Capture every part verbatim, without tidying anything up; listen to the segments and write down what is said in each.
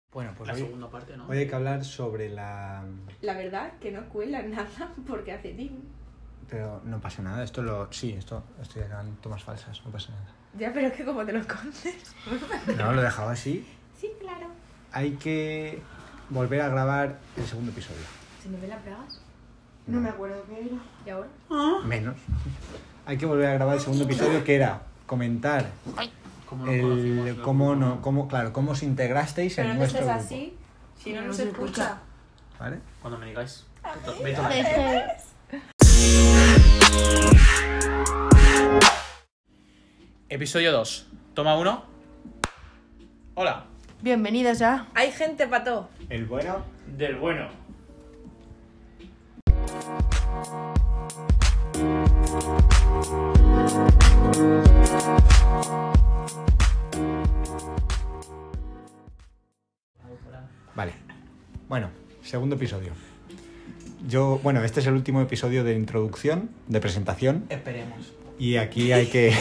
Bueno, pues la hoy, segunda parte, ¿no? hoy hay que hablar sobre la... La verdad que no cuela nada porque hace tim. Pero no pasa nada, esto lo... Sí, esto estoy en tomas falsas, no pasa nada. Ya, pero es que como te lo escondes. No, lo he dejado así. Sí, claro. Hay que volver a grabar el segundo episodio. ¿Se me ve la bragas? No. No me acuerdo qué era. ¿Y ahora? Menos. Hay que volver a grabar el segundo episodio, que era comentar ¿Cómo no el conocimos cómo el no, grupo? cómo, claro, cómo os integrasteis Pero en no nuestro estés grupo. así, si no, No no se se escucha. ¿Vale? Cuando me digáis. Vete a la- Episodio dos. Toma uno. Hola. Bienvenidos a... Hay gente pato. El bueno. Del bueno. Vale. Bueno, segundo episodio. Yo, bueno, este es el último episodio de introducción, de presentación. Esperemos. Y aquí hay que...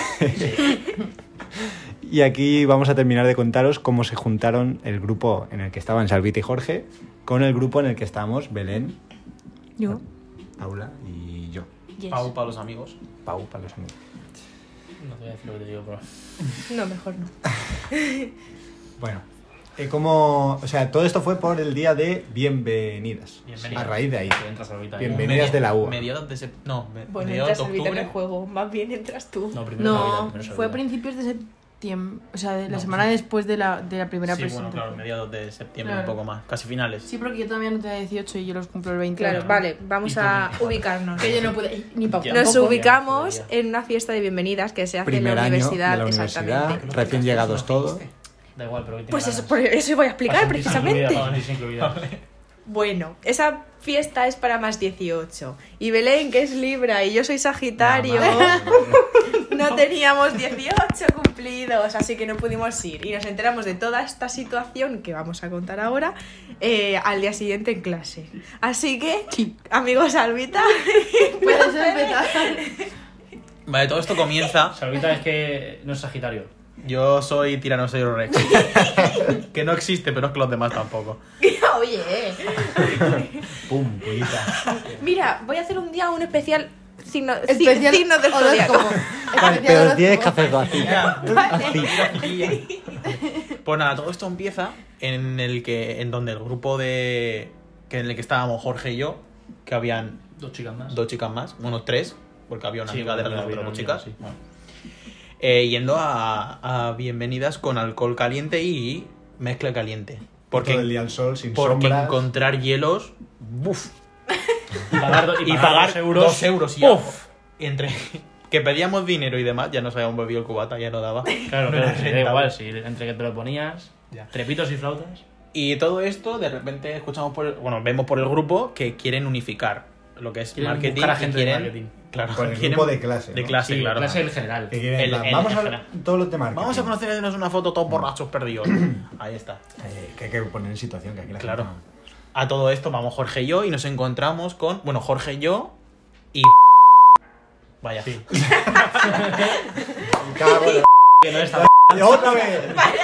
y aquí vamos a terminar de contaros cómo se juntaron el grupo en el que estaban Salvita y Jorge con el grupo en el que estábamos Belén, Yo. Paula y yo. Yes. Pau para los amigos. Pau, para los amigos. No te voy a decir lo que te digo, pero... No, mejor no. Bueno, eh, como... O sea, todo esto fue por el día de bienvenidas. Bienvenidas. A raíz de ahí. Que entras ahorita ahí. Bienvenidas de la U A. Mediados de sep... No, me... Bueno, mediados entras de al Vita en octubre. el juego. Más bien entras tú. No, primero Navidad, No, primero fue a Navidad. principios de septiembre. O sea, de la No, semana sí. después de la, de la primera Sí, bueno, presentación. claro, mediados de septiembre, Claro. un poco más. Casi finales. Sí, porque yo todavía no tenía dieciocho y yo los cumplo el veinte. Claro, vale, vamos Y tú a veinticuatro. ubicarnos. Que yo no pude... Ni para Ya. Nos Tampoco. ubicamos Ya. en una fiesta de bienvenidas que se hace Primer en la año universidad. de la universidad, Exactamente. recién llegados todos. Da igual, pero hoy tiene Pues eso, ganas. por eso voy a explicar Para sentirse precisamente. incluida, para sentirse incluida. Bueno, esa fiesta es para más dieciocho. Y Belén, que es Libra, y yo soy Sagitario, No, no, no, no. no teníamos dieciocho cumplidos, así que no pudimos ir. Y nos enteramos de toda esta situación que vamos a contar ahora eh, al día siguiente en clase. Así que, amigos Albita, Puedes empezar. Vale, todo esto comienza. Salvita es que no es Sagitario. Yo soy Tiranosaurio Rex. Que no existe, pero es que los demás tampoco. oye, Pum, pullita. mira, voy a hacer un día un especial signo, Especial signos del zodiaco. horóscopo. Vale, Especial pero horóscopo. tienes que hacerlo así. Así. Pues nada, todo esto empieza en el que, en donde el grupo de, que en el que estábamos Jorge y yo, que habían Dos chicas más. dos chicas más, bueno, tres, porque había una Sí, amiga de bueno, las había otras una dos amiga, chicas. sí. Bueno. Eh, yendo a, a bienvenidas con alcohol caliente y mezcla caliente. Porque, Todo el día al sol, sin porque sombras. encontrar hielos, ¡buf! Y pagar, do- Y pagar dos euros. dos euros y ¡Uf! y entre que pedíamos dinero y demás, ya nos habíamos bebido el cubata, ya no daba. Claro, No claro, era sí, da rentable. igual, sí, entre que te lo ponías, Ya. trepitos y flautas. Y todo esto, de repente escuchamos por el, bueno, vemos por el grupo que quieren unificar lo que es Quieren marketing, buscar a que gente de quieren, marketing. claro, Con el quieren- grupo de clase, de ¿no? clase, Sí, claro. clase en general. Que quieren, El- en plan, el- vamos en a general. todos los de marketing. Vamos a conocernos una foto todos borrachos perdidos. Ahí está. Eh, que hay que poner en situación que aquí la Claro. gente A todo esto vamos Jorge y yo y nos encontramos con, bueno, Jorge y yo y vaya. no. Cago en la- Que no está... ¡Otra vez!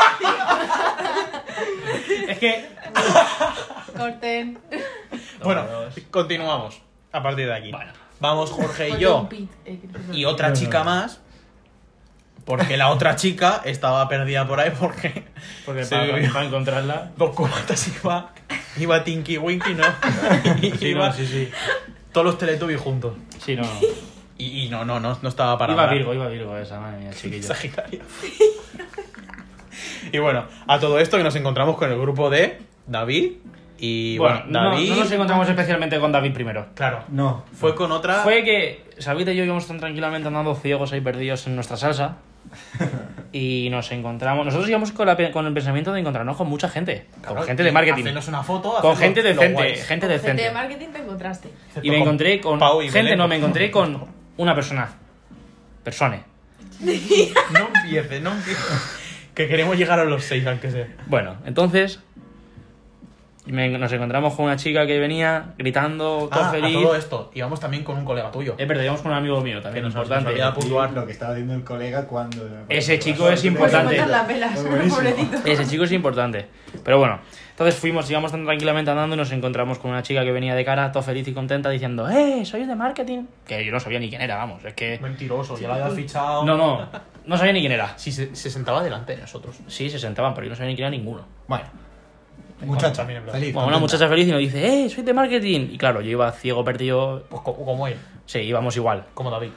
Es que... Corten. Bueno, Dos. continuamos a partir de aquí. Bueno. Vamos Jorge y Ponte yo un pit, eh, que te- y otra No, no, chica no. más. Porque la otra chica estaba perdida por ahí porque Porque se para, bebió para encontrarla... dos cubatas iba, iba Tinky Winky, ¿no? Sí, iba no, sí, sí. todos los Teletubbies juntos. Sí, no. Y, y no, no, no, no estaba para Iba hablar. Virgo, iba Virgo esa, madre mía, chiquillo. Sagitario. Y bueno, a todo esto que nos encontramos con el grupo de David y Bueno, bueno, no, David. no nos encontramos especialmente con David primero. Claro, No. fue con otra. Fue que Salvita y yo íbamos tan tranquilamente andando ciegos ahí perdidos en nuestra salsa y nos encontramos... Nosotros íbamos con, la pe- con el pensamiento de encontrarnos con mucha gente, Claro, con gente de y marketing, hacernos una foto, con hacer gente los- los decente, guays. gente Con gente decente. de marketing te encontraste. Y me encontré con... Pau y gente, Belén. no, me encontré con una persona. Persone. No empieces, no empieces. Que queremos llegar a los seis, aunque sea. Bueno, entonces... me- nos encontramos con una chica que venía gritando, todo Ah, a feliz. todo esto. Íbamos también con un colega tuyo. Es verdad, íbamos con un amigo mío también, Que nos- importante. nos había- puntuar. Lo que estaba haciendo el colega cuando... Ese chico es Pues importante. montar las velas, Muy buenísimo. pobrecito. Ese chico es importante. Pero bueno, entonces fuimos, íbamos tan tranquilamente andando y nos encontramos con una chica que venía de cara, todo feliz y contenta, diciendo, ¡eh, sois de marketing! Que yo no sabía ni quién era, vamos, es que... Mentiroso, ya lo había fichado. No, no, no sabía ni quién era. Sí, se, se sentaba delante de nosotros. Sí, se sentaban, pero yo no sabía ni quién era ninguno. Bueno, muchacha, También es verdad. feliz. Bueno, una contenta. muchacha feliz y nos dice, ¡eh, soy de marketing! Y claro, yo iba ciego, perdido, Pues co- como él, sí, íbamos igual. como David.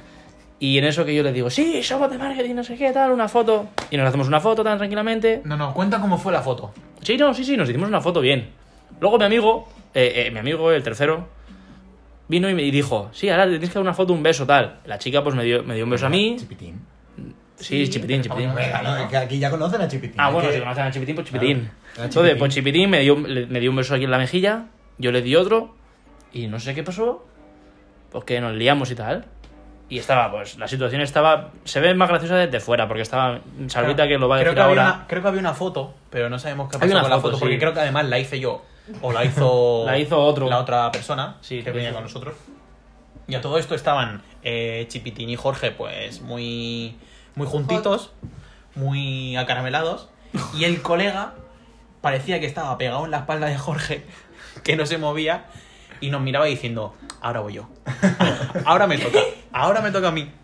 Y en eso que yo le digo, sí, somos de marketing, no sé qué, tal, una foto. Y nos hacemos una foto tan tranquilamente. No, no, cuenta cómo fue la foto. Sí, no, sí, sí, nos hicimos una foto bien. Luego mi amigo, eh, eh, mi amigo, el tercero, vino y me dijo, sí, ahora te tienes que dar una foto, un beso, tal. La chica pues me dio, me dio un beso a mí. Chipitín. Sí, chipitín, chipitín. Venga, no, que aquí ya conocen a Chipitín. Ah, hay bueno, que- si conocen a Chipitín, pues Chipitín. Claro, era Entonces, Chipitín. pues Chipitín me dio, le- me dio un beso aquí en la mejilla, yo le di otro, y no sé qué pasó, pues que nos liamos y tal. Y estaba, pues, la situación estaba, se ve más graciosa desde fuera, porque estaba Salvita que lo va a creo decir que había ahora. una, creo que había una foto, pero no sabemos qué Hay pasó una con la foto, foto, sí. porque creo que además la hice yo. O la hizo. La hizo otro. La otra persona Sí, que la venía hizo. con nosotros. Y a todo esto estaban eh, Chipitín y Jorge, pues muy. Muy juntitos, muy acaramelados. Y el colega parecía que estaba pegado en la espalda de Jorge, que no se movía, y nos miraba diciendo, ahora voy yo. Ahora me toca. Ahora me toca a mí.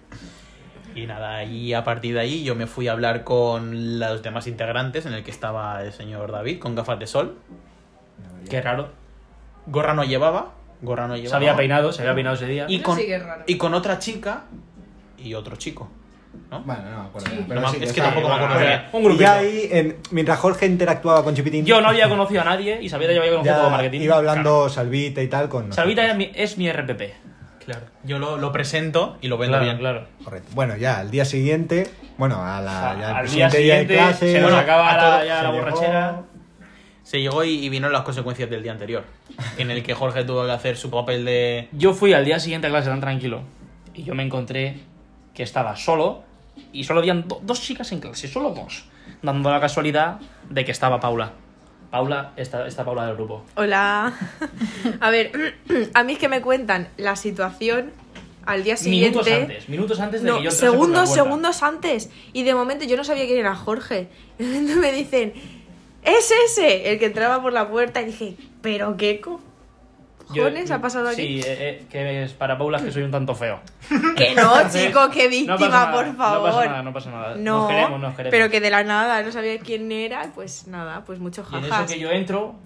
Y nada, y a partir de ahí yo me fui a hablar con los demás integrantes, en el que estaba el señor David, con gafas de sol. Qué raro. Gorra no llevaba. Gorra no llevaba. Se había peinado, se había peinado ese día. Y Eso con, sí que es raro. y con otra chica y otro chico. ¿No? Bueno, no me acuerdo. Sí. Pero No, sí, es que está- tampoco me acuerdo bueno, bien. Un Y grupito. ya ahí, en- mientras Jorge interactuaba con Chipitín, Yo no había conocido a nadie y Salvita ya había conocido ya todo marketing. iba hablando Salvita y tal con nosotros. Salvita es mi, es mi R P P. Claro. Yo lo, lo presento y lo vendo Claro, bien. claro. Correcto. Bueno, ya al día siguiente, bueno, a la, ya Al el día siguiente día de siguiente clase, se nos bueno, acaba a la, todo- ya se la llegó- borrachera. Se llegó y, y vino las consecuencias del día anterior. En el que Jorge tuvo que hacer su papel de. Yo fui al día siguiente a clase tan tranquilo y yo me encontré que estaba solo y solo habían do- dos chicas en clase, solo dos, dando la casualidad de que estaba Paula. Paula, esta, esta Paula del grupo. Hola. A ver, a mí es que me cuentan la situación al día siguiente. Minutos antes, minutos antes de No, que yo entrase por la segundos, puerta. segundos antes. Y de momento yo no sabía quién era Jorge. De momento me dicen, es ese, el que entraba por la puerta. Y dije, ¿pero qué cojones Yo- ha pasado aquí? Sí, eh, eh, que es para Paula es que soy un tanto feo. Que no, chico, qué víctima, No pasa nada, por favor. No pasa nada, no pasa nada. No, Nos queremos, nos queremos. pero que de la nada no sabía quién era, pues nada, pues mucho Y en eso jajas. que yo entro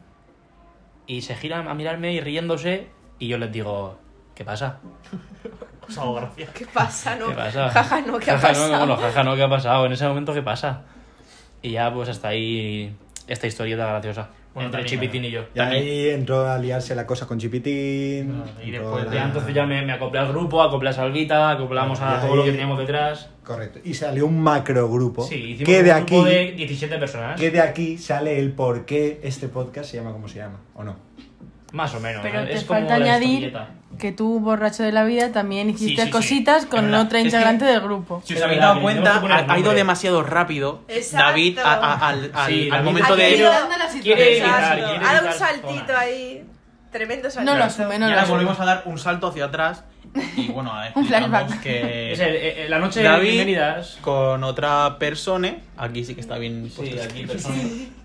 y se giran a mirarme y riéndose y yo les digo, ¿qué pasa? Os hago gracia. ¿Qué pasa? No, ¿Qué pasa? jaja, no, ¿qué ha Jaja, pasado? no, bueno, jaja, no, ¿qué ha pasado? En ese momento, ¿qué pasa? Y ya, pues hasta ahí esta historieta graciosa. Bueno, entre también, Chipitín y yo. Ya También. ahí entró a liarse la cosa con Chipitín. No, y entró después la- Ya, entonces ya me, me acoplé al grupo, acoplé a Salvita, acoplamos a Y todo lo que ahí- teníamos detrás. Correcto. Y salió un macro grupo. Sí, hicimos que un de grupo aquí, de diecisiete personas. que de aquí sale el por qué este podcast se llama como se llama, ¿o no? Más o menos. Pero ¿eh? te es como falta la añadir historieta. que tú, borracho de la vida, también hiciste Sí, sí, sí. cositas con Es verdad. otra Es que- integrante del grupo. Si os Es habéis verdad, dado que tenemos cuenta, que poner ha, ha ido nombre. demasiado rápido. Exacto. David a- a- al, al- Sí, al David- momento Aquí de. iba- Dando la situación. Quiere Exacto. evitar, quiere Ha dado un evitar saltito zonas. ahí. Tremendo saltito. No lo asume, no Y lo ahora asume. volvemos a dar un salto hacia atrás. Y bueno, Un explicamos flashback. que. Es el- eh, la noche de David bienvenidas. con otra persona. Aquí sí que está bien. Sí, puesto. aquí personas.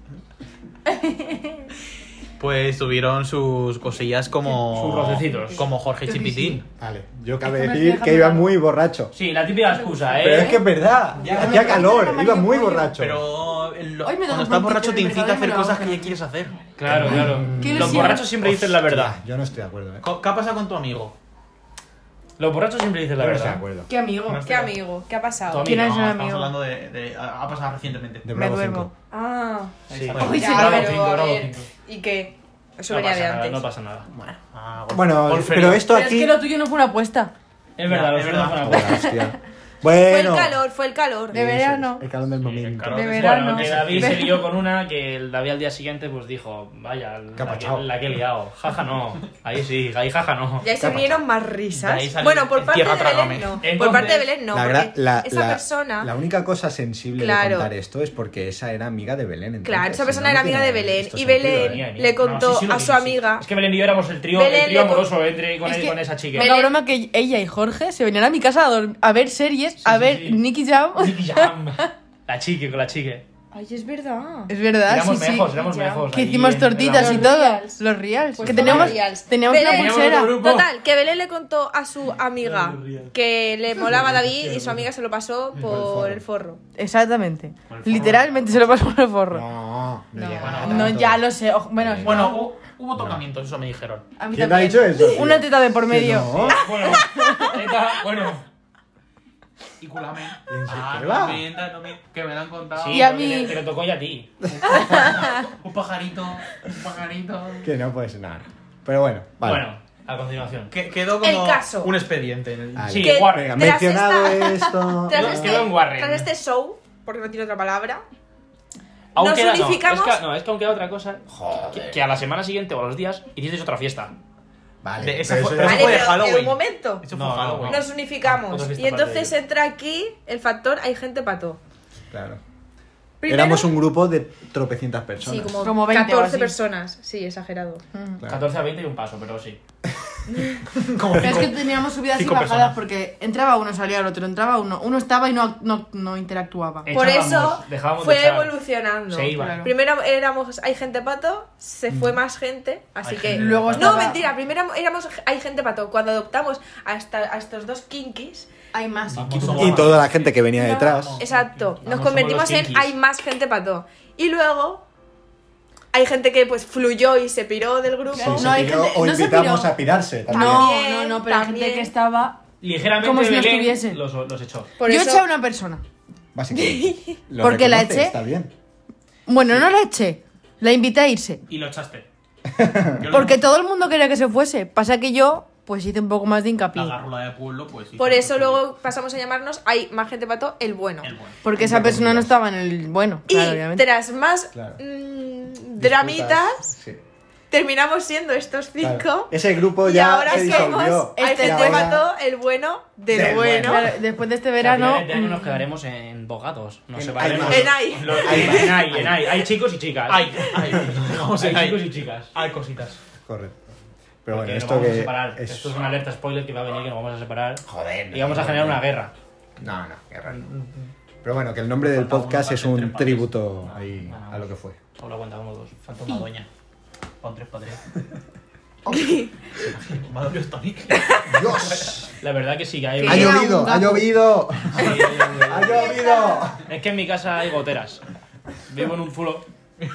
Pues tuvieron sus cosillas como. Sus rocecitos. Como Jorge Chipitín. Vale, yo cabe Es que me decir estoy que iba dejando muy borracho. Sí, la típica excusa, ¿eh? Pero es que es verdad, hacía calor, iba muy borracho. Pero el- Hoy me da cuando un estás borracho bronquito te en el incita a mercado y hacer me la cosas boca. que ya quieres hacer. Claro, claro. Qué Los ilusión. borrachos siempre dicen la verdad. Hostia, yo no estoy de acuerdo, ¿eh? Co- ¿Qué ha pasado con tu amigo? Los borrachos siempre dicen la Yo no estoy de verdad. acuerdo. ¿Qué amigo? No ¿Qué amigo? ¿Qué ha pasado? Tu ¿Quién amigo. es No, el estamos amigo? hablando de, de- Ha ha pasado recientemente. De Me Bravo duermo. cinco. Ah. Sí. Bueno, Uy, Ya, sí, Bravo pero cinco, a Bravo ver, cinco. ¿y qué? Eso No venía pasa de nada, antes. no pasa nada. Ah, Bueno, Golfero. pero esto Pero es aquí... que lo tuyo no fue una apuesta. Es verdad, Ya, los es suyos no verdad. fueron Joder, apuestas. hostia. Fue Bueno. el calor, fue el calor. De Eso es, verano. El calor del momento. calor De de verano. Bueno, que David se lió con una que el David al día siguiente pues dijo, vaya, ¿Qué ha la que, pasado? la que he liado. Jaja no. Ahí sí, ahí jaja no. Y ahí se vinieron más risas. De ahí salió Bueno, por el parte de tierra Belén trágame. no. Por Entonces, parte de Belén no, La porque gra- la- esa la- persona... La única cosa sensible Claro. de contar esto es porque esa era amiga de Belén. entonces, Claro, esa si persona no, era no amiga de tiene Belén esto y sentido, Belén ¿eh? Venía, venía. le No, contó sí, sí, lo a vi, su sí. amiga... Es que Belén y yo éramos el trío, Belén el trío le con- amoroso entre, con, Es que- con esa chica. Fue la broma que ella y Jorge se venían a mi casa a, dorm- a ver series, a sí, ver sí. Nicky Jam. Nicky Jam. La chique con la chique. Ay, es verdad. Es verdad, éramos sí, mejos, sí. éramos mejos. Que ahí hicimos en- tortitas en y la- todo. reals. Los reals. Pues que fueron teníamos, reals. teníamos una Belén- pulsera. Teníamos grupo. Total, que Belén le contó a su amiga que le molaba a David y su amiga se lo pasó por el forro. Exactamente. Por el forro. Literalmente se lo pasó por el forro. No, no, No. llega Bueno, a No, tanto. ya lo sé. ojo, Bueno, Bueno, no. hubo, hubo tocamientos, eso me dijeron. A mí ¿Quién te ha también. dicho eso? tío? Una teta de por Que medio. no. Bueno, neta, bueno. Y culame. ¿En serio? Ah, ¿Qué va? no mientas, no mientas, que me lo han contado. Sí, Y a porque mí- te, te lo tocó ya a ti. Un pajarito, un pajarito. Que no puede ser nada. Pero bueno, vale. Bueno, a continuación. Que, quedó como El caso. un expediente. En el... Vale. Sí, Que Warren. Venga, tras mencionado esta- esto. Tras Yo- este, quedó en Warren. tras este show, porque no tiene otra palabra, Aún Nos queda- no, unificamos. es que, no, es que aún queda otra cosa. Joder. Que, que a la semana siguiente o a los días hicisteis otra fiesta. Vale, De esa pero fue- eso ya- Eso vale, fue de pero Halloween. en un momento Eso No, fue no, Halloween. nos unificamos. Otra fiesta Y aparte entonces de entra aquí el factor hay gente pato. Claro. Primero, Éramos un grupo de tropecientas personas. sí, como, Como veinte o catorce así. personas. Sí, exagerado. Mm. Claro. catorce a veinte y un paso, pero sí. Como Es cinco- que teníamos subidas y cinco bajadas personas. porque entraba uno, salía el otro, entraba uno. Uno estaba y no, no, no interactuaba. Eh, Por Echábamos, eso dejábamos de fue echar. evolucionando. Se iba. Claro. Primero éramos hay gente pato, se fue más gente, así Hay que gente Luego pato. no, estaba- mentira, primero éramos hay gente pato. Cuando adoptamos a, esta- a estos dos kinkis, Hay más. Vamos, somos Y más. toda la gente que venía detrás. exacto, Vamos, nos somos convertimos los en kinkis. hay más gente pato. Y luego hay gente que pues fluyó y se piró del grupo. Sí, No, se hay piró, gente- o no se invitamos piró. a pirarse también. No, También, no, no, pero hay gente también. que estaba. Ligeramente Como si no Belén estuviese. los, los echó. Por Yo eso eché a una persona. Básicamente. Lo Porque la reconoce, eché. Está bien. Bueno, no la eché. La invité a irse. Y lo echaste. Porque todo el mundo quería que se fuese. Pasa que yo, pues hice un poco más de hincapié. La garrula de pueblo, pues sí. Por eso luego pasamos a llamarnos hay más gente pato, el bueno. El bueno. Porque esa persona no estaba en el bueno. Y Claro, obviamente. tras más Claro. mm, dramitas, Sí, terminamos siendo estos cinco. claro. Ese grupo Y ya ahora se somos disolvió. hay Este gente Y ahora- pato, el bueno del, Del bueno. bueno. Claro, después de este A verano. finales de año nos mm, quedaremos en bogados. Nos En separaremos. ay, En ahí. Los- en ahí, en ahí. Hay chicos y chicas. Ay, ay, vamos Hay en ahí. chicos y chicas. Hay cositas. Correcto. Pero Porque bueno, nos esto vamos a que. separar. es- Esto es una alerta spoiler que va a venir que nos vamos a separar. Joder. no, Y vamos a no, generar no. una guerra. No, no, guerra. no. Pero bueno, que el nombre del Falta uno podcast para es ser un tres partes. tributo No, ahí no, no. a lo que fue. Os lo contamos dos. Falta una doña. Pon tres, padre. Me ha dolido Tonic. ¡Dios! La verdad que sí, que hay. Que ¡Ha era llovido! un ¡Ha gato. llovido! Sí, ¡Ha llovido! es que en mi casa hay goteras. Vivo en un zulo.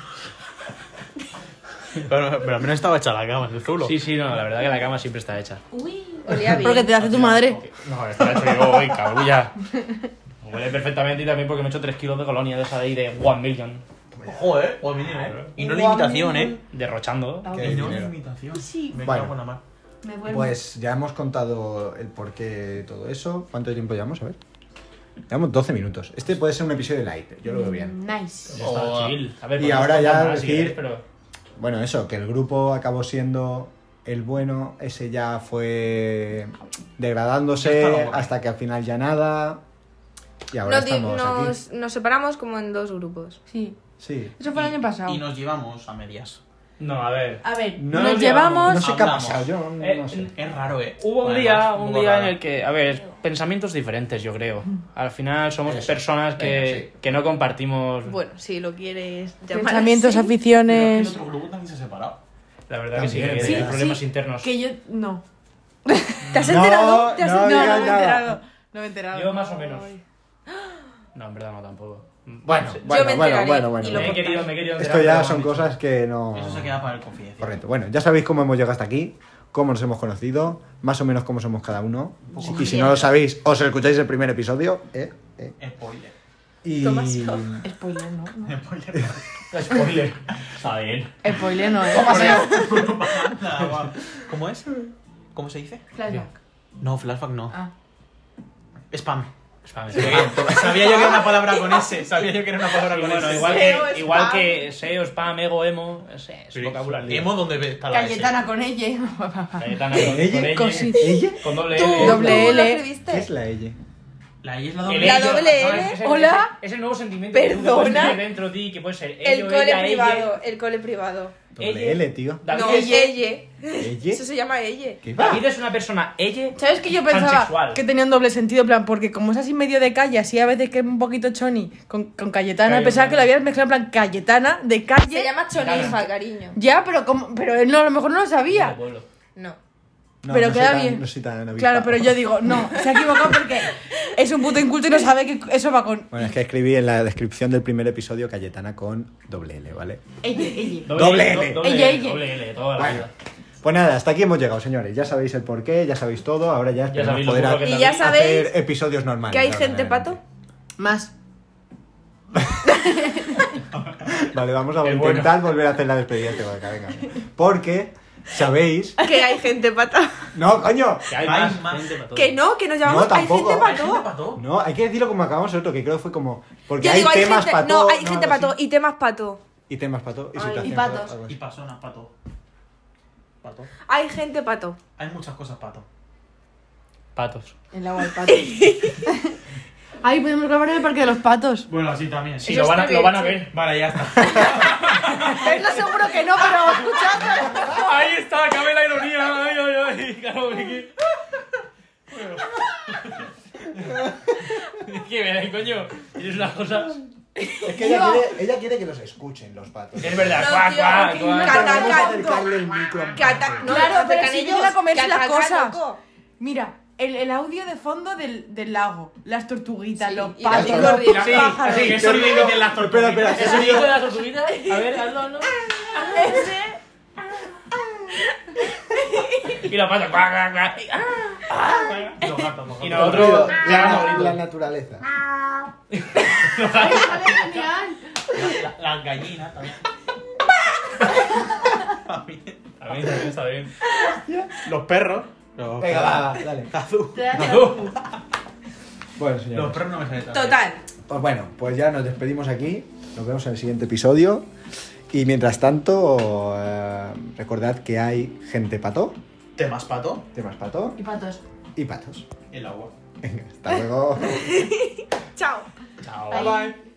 Pero, pero a mí no estaba hecha la cama en el zulo. Sí, sí, no, la verdad que la cama siempre está hecha. Olía bien. Porque te hace tu madre. No, está hecho yo hoy, cabulla. Huele perfectamente y también porque me he hecho tres kilos de colonia de esa de ahí de one million. Joder, o mínimo, eh. Y no la imitación, eh. Derrochando. Qué Y no la dinero. imitación. Sí. Me Bueno. cago en la mar. Me vuelvo. Pues ya hemos contado el porqué de todo eso. ¿Cuánto tiempo llevamos? A ver. Llevamos doce minutos. Este puede ser un episodio light, yo lo veo bien. Nice. Ya está, Oh. chill. A ver, Y podemos ahora ya contar más si decir- queréis, pero Bueno, eso, que el grupo acabó siendo el bueno, ese ya fue Ya degradándose está la boca. hasta que al final ya nada. Y ahora Nos, di- estamos nos, aquí. nos separamos como en dos grupos. Sí. Sí. Eso fue el Y- año pasado. Y nos llevamos a medias. no, a ver. A ver, No nos nos llevamos. No sé qué ha Hablamos. pasado, yo no, Eh, no sé. Es raro, eh. Hubo un Además, día, un un poco día en raro. el que, a ver, pensamientos diferentes, yo creo. Al final somos Eso. personas que, Venga, sí. que no compartimos. Bueno, si lo quieres llamar Pensamientos, así. Pero es que aficiones. el otro grupo también se ha separado. La verdad que sí, También, que sí, hay sí, problemas internos. Que yo. No. ¿Te has No, enterado? ¿Te has no, No, enterado? no digas me he nada. enterado. No me he enterado. Yo más o menos. No, en verdad no tampoco. Bueno, Sí. bueno, me bueno, enteraré bueno, bueno. y lo me he querido, me he querido Esto enterar, ya pero son vamos. cosas que no. Eso se queda para el confidencial. Correcto. Bueno, ya sabéis cómo hemos llegado hasta aquí, cómo nos hemos conocido, más o menos cómo somos cada uno. Y si no lo sabéis, os escucháis el primer episodio. ¿eh? ¿eh? Spoiler. Y. Toma eso. Spoiler, no. no. Spoiler. Spoiler. Está bien. Spoiler no, eh. Nada, va. ¿Cómo es? ¿Cómo se dice? Flashback. No, flashback no. Ah. Spam. Spam. Sabía yo que era una palabra con S. Sabía yo que era una palabra Y con bueno, S. igual SEO, que, igual spam. que SEO, spam, ego, emo, ese es Pero, vocabulario. ¿Emo dónde está la S? Cayetana con ella. Cayetana con, con ¿Ella? ella, Cosi- ¿Ella? con doble ¿Tú, L. Doble ¿tú L. lo ¿Qué escribiste? es la ella? La I es la El doble La ello, doble ¿sabes? L. Es el- Hola. Es el nuevo sentimiento que tú Perdona. puedes tener dentro de ti, que puede ser El ello, cole ella, privado, ella. el cole privado. Doble Ella. L, tío. David, No, es, ella. ¿Ella? Eso se llama ella. ¿Qué va? David es una persona ella. ¿Sabes que yo pensaba Pansexual. que tenía un doble sentido? En plan, porque como es así medio de calle, así a veces que es un poquito choni, con, con Cayetana, Cayetana. pensaba que lo habías mezclado en plan Cayetana, de calle. Se llama Chonija, cariño. Ya, pero como, pero él no, a lo mejor no lo sabía. Pueblo. No. No, pero no queda soy tan- bien. No soy tan avispado. Claro, pero yo digo, no, se ha equivocado porque es un puto inculto y no sabe que eso va con Bueno, es que escribí en la descripción del primer episodio Cayetana con doble L, ¿vale? ella, ella. Doble L. Doble Ella, L. ella. Doble L, toda la Bueno, vida. pues nada, hasta aquí hemos llegado, señores. Ya sabéis el porqué, ya sabéis todo. Ahora ya esperemos sabéis lo poder curro que ha- Y ya David- sabéis hacer episodios normales. que hay ahora, gente adelante. pato. Más. Vale, vamos a Es intentar volver a hacer la despedida temática, venga. Porque sabéis. Que hay gente pata. ¡No, coño! Que hay Hay más, más. gente para todo. Que no, que nos llamamos No, hay tampoco. gente ¿Hay gente pato. pato? No, hay que decirlo como acabamos el otro, que creo que fue como. Porque Yo hay digo, hay temas gente. para No, todo. hay gente algo así. pato y temas pato. Y temas para todo. Y Ay, situaciones y patos. pato, algo así. Y personas pato. Pato. Hay gente pato. Hay muchas cosas pato. Patos. El agua del pato. Ay, podemos grabar en el parque de los patos. Bueno, así también. Sí, Eso lo van, a, está lo van a bien, ver. Vale, ya está. Verlo seguro que no, pero escuchadlo. Ahí está, cabe la ironía. Ay, ay, ay. Claro, Vicky. Bueno. ¿Qué ven, coño? Tienes unas cosas. Es que ella quiere, ella quiere que los escuchen los patos. Es verdad, No, cuac, tío, cuac, que cuac. Cata, Vamos a cata. acercarle el micro. a un Que ata- pato. no, Claro, se pero acercan si ellos, vienen a comerse que las atacan, cosas. loco. Mira, el, el audio de fondo del, del lago, las tortuguitas, Sí, los y las patos, los tortuguitas. Sí, pájaros. así, ¿qué sonido emiten las tortugas? Espera, espera, ¿El sonido de las tortuguitas? A ver, hazlo, hazlo. Ese. Y la pata, cuac, cuac, cuac. Y, ah. Los gatos, los Y gatos. nosotros, La, ya la, no, la naturaleza. Genial. La- Las gallinas también. A mí también está bien. Los perros. Los Venga, perros. va, va, dale. Cazú. Bueno, Los señores. perros no me salen tan bien. Total. Pues bueno, pues ya nos despedimos aquí. Nos vemos en el siguiente episodio. Y mientras tanto, eh, recordad que hay gente pato, ¿Temas pato? temas pato Y patos. y patos. El agua. Venga, hasta luego. Chao. Chao. Bye. Bye.